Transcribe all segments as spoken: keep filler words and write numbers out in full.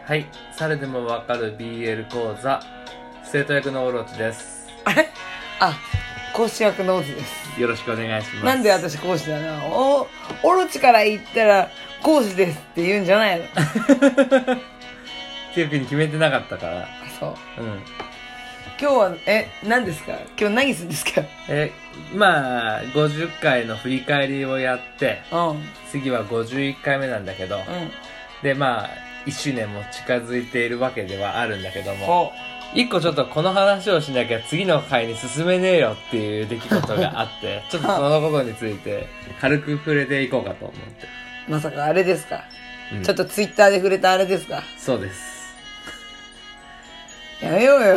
はい、猿でもわかる ビーエル 講座生徒役のオロチです。 あれあ、講師役のオズです。 よろしくお願いします。 なんで私講師だな。お、オロチから言ったら講師ですって言うんじゃないの強くに決めてなかったから。あ、 そう。 うん。 今日は、え、何ですか？今日何するんですか？ え、まあ、ごじゅっかいの振り返りをやって、 うん。 次はごじゅういっかいめなんだけど、 うん。 で、まあ、いっしゅうねんも近づいているわけではあるんだけども、一個ちょっとこの話をしなきゃ次の回に進めねえよっていう出来事があって、ちょっとそのことについて軽く触れていこうかと思って。 まさかあれですか、 うん、 ちょっとツイッターで触れたあれですか？ そうです。 やめようよ。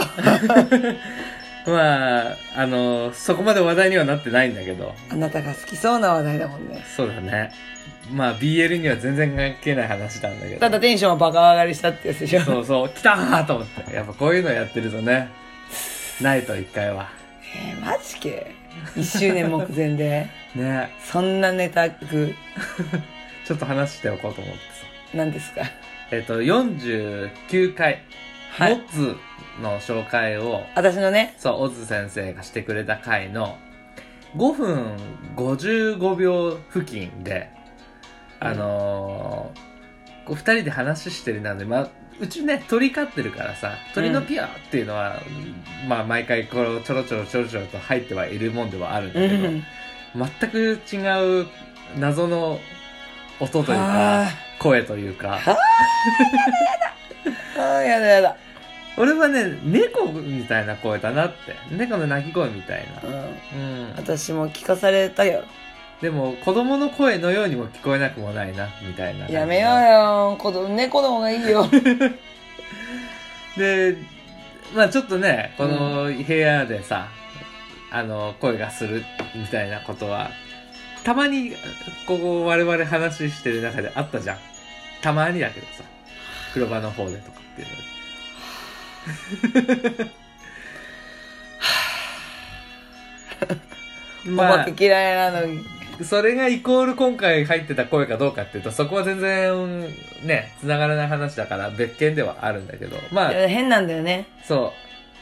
まあ、あの、そこまで話題にはなってないんだけど。 あなたが好きそうな話題だもんね。 そうだね。まあ ビーエル には全然関係ない話なんだけど。 ただテンションはバカ上がりしたってやつでしょ。 そうそう、来たーと思って。やっぱこういうのやってるとね、ないと一回は。 えー、マジけいっしゅうねん目前で。ね。そんなネタく。 ちょっと話しておこうと思ってさ。 何ですか？ えっと、よんじゅうきゅうかい。はい。オズの紹介を。 私のね。 そう、オズ先生がしてくれた回のごふんごじゅうごびょう付近で、あのー、こう二人で話してるなんで、まあ、うちね、鳥飼ってるからさ、鳥のピアっていうのは、うん、まあ、毎回こう、ちょろちょろちょろちょろと入ってはいるもんではあるんだけど、うん、全く違う謎の音というか、声というか。 はぁー、やだやだ。あー、やだやだ。 俺はね、猫みたいな声だなって。猫の鳴き声みたいな。 うん。うん、私も聞かされたよ。 でも、子供の声のようにも聞こえなくもないな、みたいな。 やめようよ。子供、猫の方がいいよ。 で、まあちょっとね、この部屋でさ、うん、あの、声がするみたいなことは、たまに、ここ我々話してる中であったじゃん。たまにだけどさ、風呂場の方でとかっていうので。 まあ、お化け嫌いなのに。 それがイコール今回入ってた声かどうかっていうと、そこは全然ね、繋がらない話だから別件ではあるんだけど。まあ。 変なんだよね。 そう。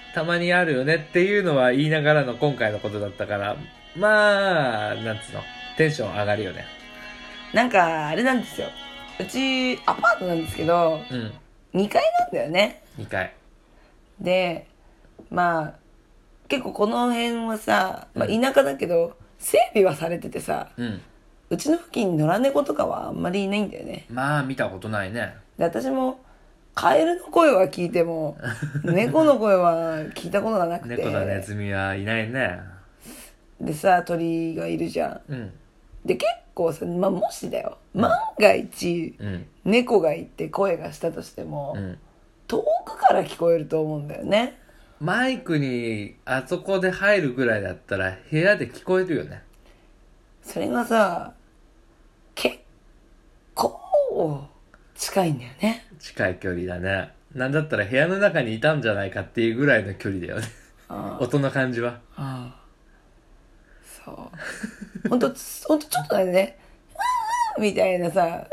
たまにあるよねっていうのは言いながらの今回のことだったから、まあ、なんつうの、テンション上がるよね。 なんか、あれなんですよ。うち、アパートなんですけど、うん。にかいなんだよね。 にかい。 で、まあ、結構この辺はさ、まあ、田舎だけど、うん、整備はされててさ、うん、うちの付近に野良猫とかはあんまりいないんだよね。 まあ見たことないね。 で、私もカエルの声は聞いても猫の声は聞いたことがなくて。 猫だネズミはいないね。 でさ、鳥がいるじゃん。うん、で、結構さ、まあ、もしだよ、うん、万が一、うん、猫がいて声がしたとしても、うん、遠くから聞こえると思うんだよね。 マイクにあそこで入るぐらいだったら部屋で聞こえるよね。 それがさ、結構近いんだよね。 近い距離だね。なんだったら部屋の中にいたんじゃないかっていうぐらいの距離だよね。音の感じは。ああ、 そう。ほんと、ほんとちょっとだね。みたいなさ。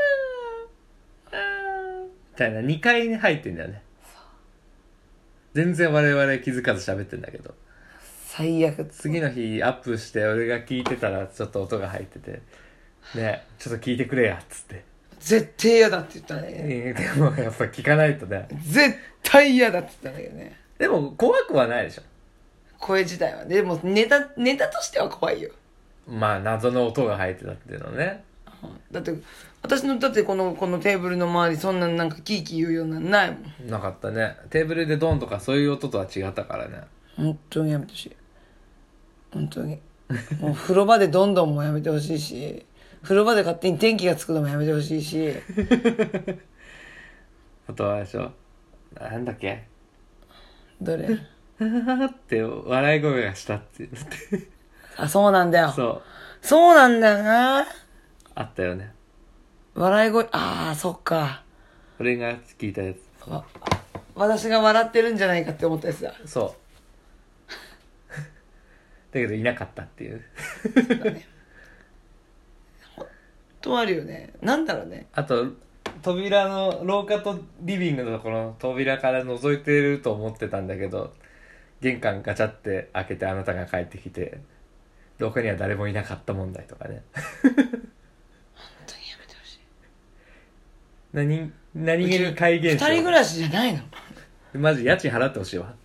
みたいなにかいに入ってんだよね。全然我々気づかず喋ってんだけど。 最悪。 次の日アップして俺が聞いてたらちょっと音が入ってて、ね、ちょっと聞いてくれやっつって。 絶対嫌だって言ったね。 でもやっぱ聞かないとね。 絶対嫌だって言ったんだけどね。 でも怖くはないでしょ。 声自体は。でもネタ、ネタとしては怖いよ。 まあ謎の音が入ってたっていうのね。 だって私のだってこのこのテーブルの周りそんななんかキーキー言うようなのないもん。 なかったね。テーブルでドンとかそういう音とは違ったからね。 本当にやめてほしい。本当にもう風呂場でどんどんもやめてほしいし、風呂場で勝手に電気がつくのもやめてほしいし。 あとはでしょ、なんだっけ、 どれって笑い声がしたっていうあ、そうなんだよ。 そうそうなんだよな。 あったよね、 笑い声。ああ、そっか。 俺が聞いたやつ。 私が笑ってるんじゃないかって思ったやつだ。 そうだけどいなかったっていうそうだね。本当あるよね。なんだろうね。 あと扉の廊下とリビングのところの扉から覗いてると思ってたんだけど、玄関ガチャって開けてあなたが帰ってきて廊下には誰もいなかった問題とかね。 本当にやめてほしい。 何何気に怪現象。 二人暮らしじゃないの。 マジ家賃払ってほしいわ。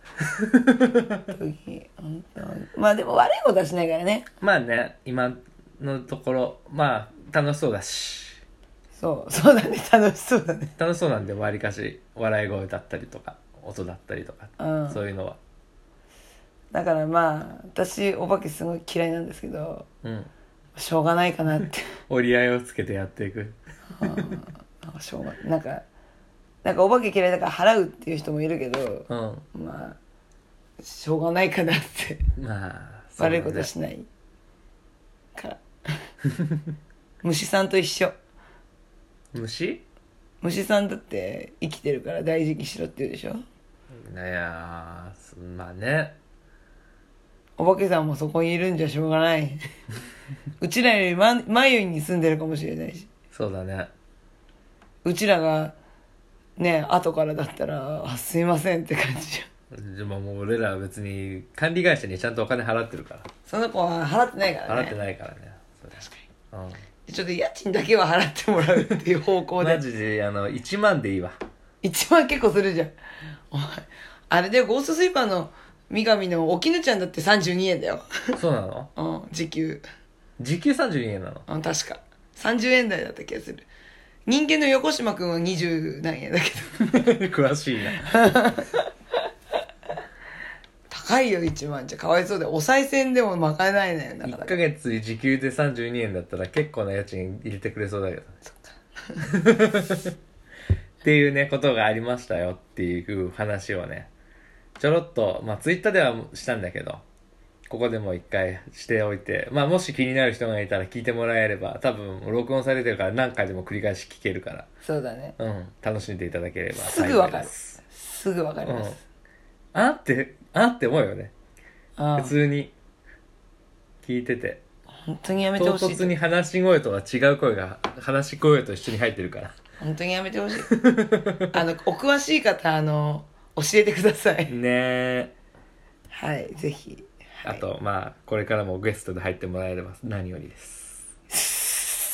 本当まあでも悪いことはしないからね。 まあね、今のところまあ楽しそうだし。 そうそうだね、楽しそうだね。 楽しそうなんで、わりかし笑い声だったりとか音だったりとか、 うん、 そういうのは。だからまあ私お化けすごい嫌いなんですけど、 うん、 しょうがないかなって折り合いをつけてやっていく。 うん、なんかしょうがなんかなんかお化け嫌いだから払うっていう人もいるけど、うん、まあしょうがないかなってまあ、そうだね、悪いことしないから虫さんと一緒。 虫虫さんだって生きてるから大事にしろって言うでしょ。 いやまあね、 お化けさんもそこにいるんじゃしょうがない。うちらよりま眉に住んでるかもしれないし。 そうだね。 うちらがね後からだったらあすいませんって感じじゃん。でももう俺らは別に管理会社にちゃんとお金払ってるから。 その子は払ってないからね。 払ってないからね。 確かに、うんちょっと家賃だけは払ってもらうっていう方向でマジであのいちまんでいいわ。 いちまん結構するじゃん。お前あれでゴーストスイーパーの三上のお絹ちゃんだってさんじゅうにえんだよ。 そうなの？ うん時給時給さんじゅうにえんなの？ うん確かさんじゅうえん台だった気がする。人間の横島くんはにじゅう何円だけど詳しいな。 高いよいちまんじゃかわいそうで、お賽銭でもまかないのよ。 だからいっかげつ時給でさんじゅうにえんだったら結構な家賃入れてくれそうだけど。そっか。っていうねことがありましたよっていう話をねちょろっとまあツイッターではしたんだけど、ここでも一回しておいて、まあもし気になる人がいたら聞いてもらえれば、多分録音されてるから何回でも繰り返し聞けるから、 そうだね、 うん楽しんでいただければすぐわかる。すぐわかります、 うん、あってあって思うよね。普通に聞いてて本当にやめてほしい。 唐突に話し声とは違う声が話し声と一緒に入ってるから本当にやめてほしい。あのお詳しい方あの教えてくださいねえ。 はいぜひ、はい、 あとまあこれからもゲストで入ってもらえれば何よりです。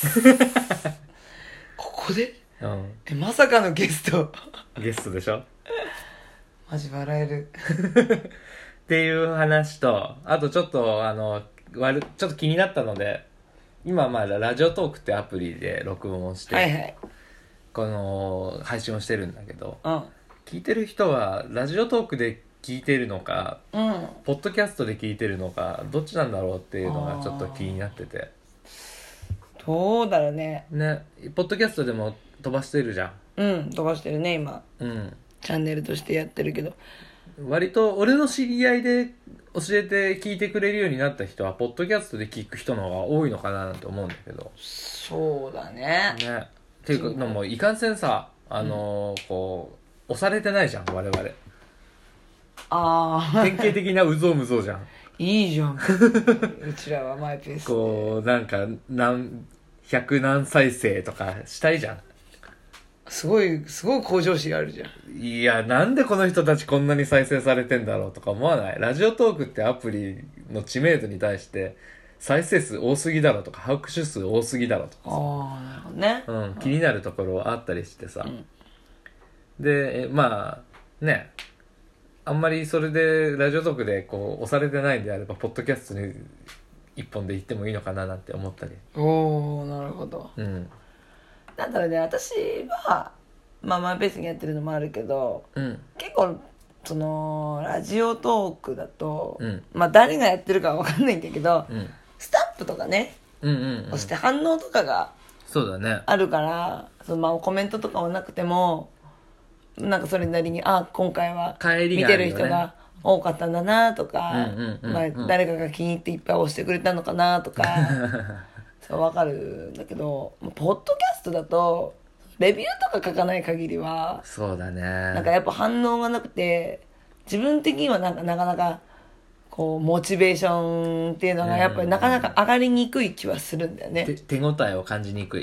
ここで、 うん、 えまさかのゲストゲストでしょ。 マジ笑えるっていう話と、あとちょっとあの悪ちょっと気になったので、今まあラジオトークってアプリで録音をして、 はいはい、 この配信をしてるんだけど、 うん、 聞いてる人はラジオトークで聞いてるのか、うん、ポッドキャストで聞いてるのかどっちなんだろうっていうのがちょっと気になってて。 どうだろうね。 ね、ポッドキャストでも飛ばしてるじゃん。うん飛ばしてるね今。 うんチャンネルとしてやってるけど、 割と俺の知り合いで教えて聞いてくれるようになった人はポッドキャストで聞く人の方が多いのかななんて思うんだけど。 そうだね。 ねっていうかのもいかんせんさあのーうん、こう押されてないじゃん我々。 ああ典型的なうぞうむぞうじゃん。 いいじゃんうちらはマイペースでこうなんか何百何再生とかしたいじゃん。 すごいすごい向上心あるじゃん。 いやなんでこの人たちこんなに再生されてんだろうとか思わない？ラジオトークってアプリの知名度に対して再生数多すぎだろとか把握種数多すぎだろとかさ、 あなるほどね、 うん、気になるところあったりしてさ、うん、でまあねあんまりそれでラジオトークでこう押されてないんであればポッドキャストに一本で行ってもいいのかななんて思ったり。 おおなるほど。うんなんだろうね、私はまあマイペースにやってるのもあるけど、うん、結構そのラジオトークだと、うん、まあ誰がやってるかは分かんないんだけど、うん、スタンプとかね、うんうんうん、そして反応とかがそうだねあるから、そのまあコメントとかはなくてもなんかそれなりにあ今回は見てる人が多かったんだなとか、まあ誰かが気に入っていっぱい押してくれたのかなとかそう分かるんだけど、ポッドキャストだとレビューとか書かない限りはそうだねなんかやっぱ反応がなくて自分的にはなんかなかなかこうモチベーションっていうのがやっぱりなかなか上がりにくい気はするんだよね。 手応えを感じにくい。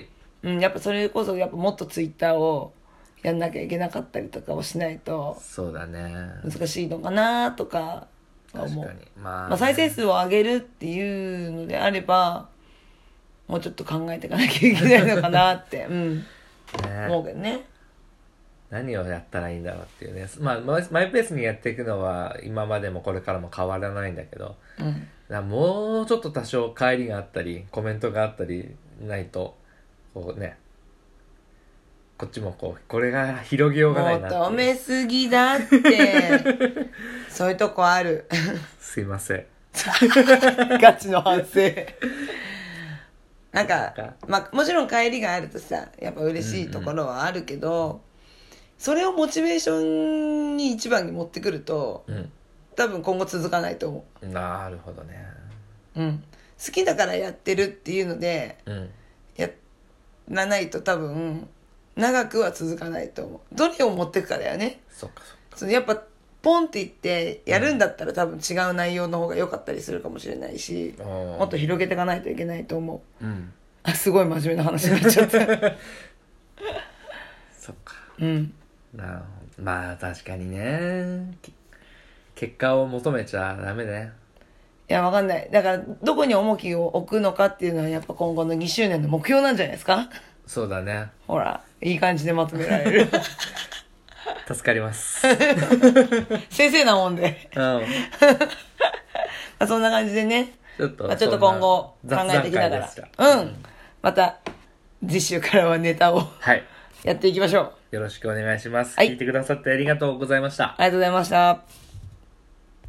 うん、やっぱそれこそやっぱもっとツイッターをやんなきゃいけなかったりとかをしないとそうだね難しいのかなとか思う。 確かに、まあ、 まあ、再生数を上げるっていうのであればもうちょっと考えていかなきゃいけないのかなって、うん、ね、思うけどね。 何をやったらいいんだろうっていうね、まあ、マイペースにやっていくのは今までもこれからも変わらないんだけど、 うん、 だもうちょっと多少帰りがあったりコメントがあったりないとこうね、こっちもこうこれが広げようがないなって。 求めすぎだってそういうとこあるすいませんガチの反省なんか、まあ、もちろん帰りがあるとさやっぱ嬉しいところはあるけど、うんうん、それをモチベーションに一番に持ってくると、うん、多分今後続かないと思う。 なるほどね、 うん、好きだからやってるっていうので、うん、やらないと多分長くは続かないと思う。どれを持っていくかだよね。 そっかそっか。 そのやっぱポンっていってやるんだったら、うん、多分違う内容の方が良かったりするかもしれないし、もっと広げていかないといけないと思う、うん、あすごい真面目な話になっちゃったそっか、 うん、 なまあ確かにね、結果を求めちゃダメね。 いやわかんない。だからどこに重きを置くのかっていうのはやっぱ今後のにしゅうねんの目標なんじゃないですか。 そうだね。 ほらいい感じでまとめられる助かります先生なもんで、うん、そんな感じでね、ちょっと、まあ、ちょっと今後考えていきながら、うん、また次週からはネタを、はい、やっていきましょう。 よろしくお願いします、 はい、 聞いてくださってありがとうございました。 ありがとうございました。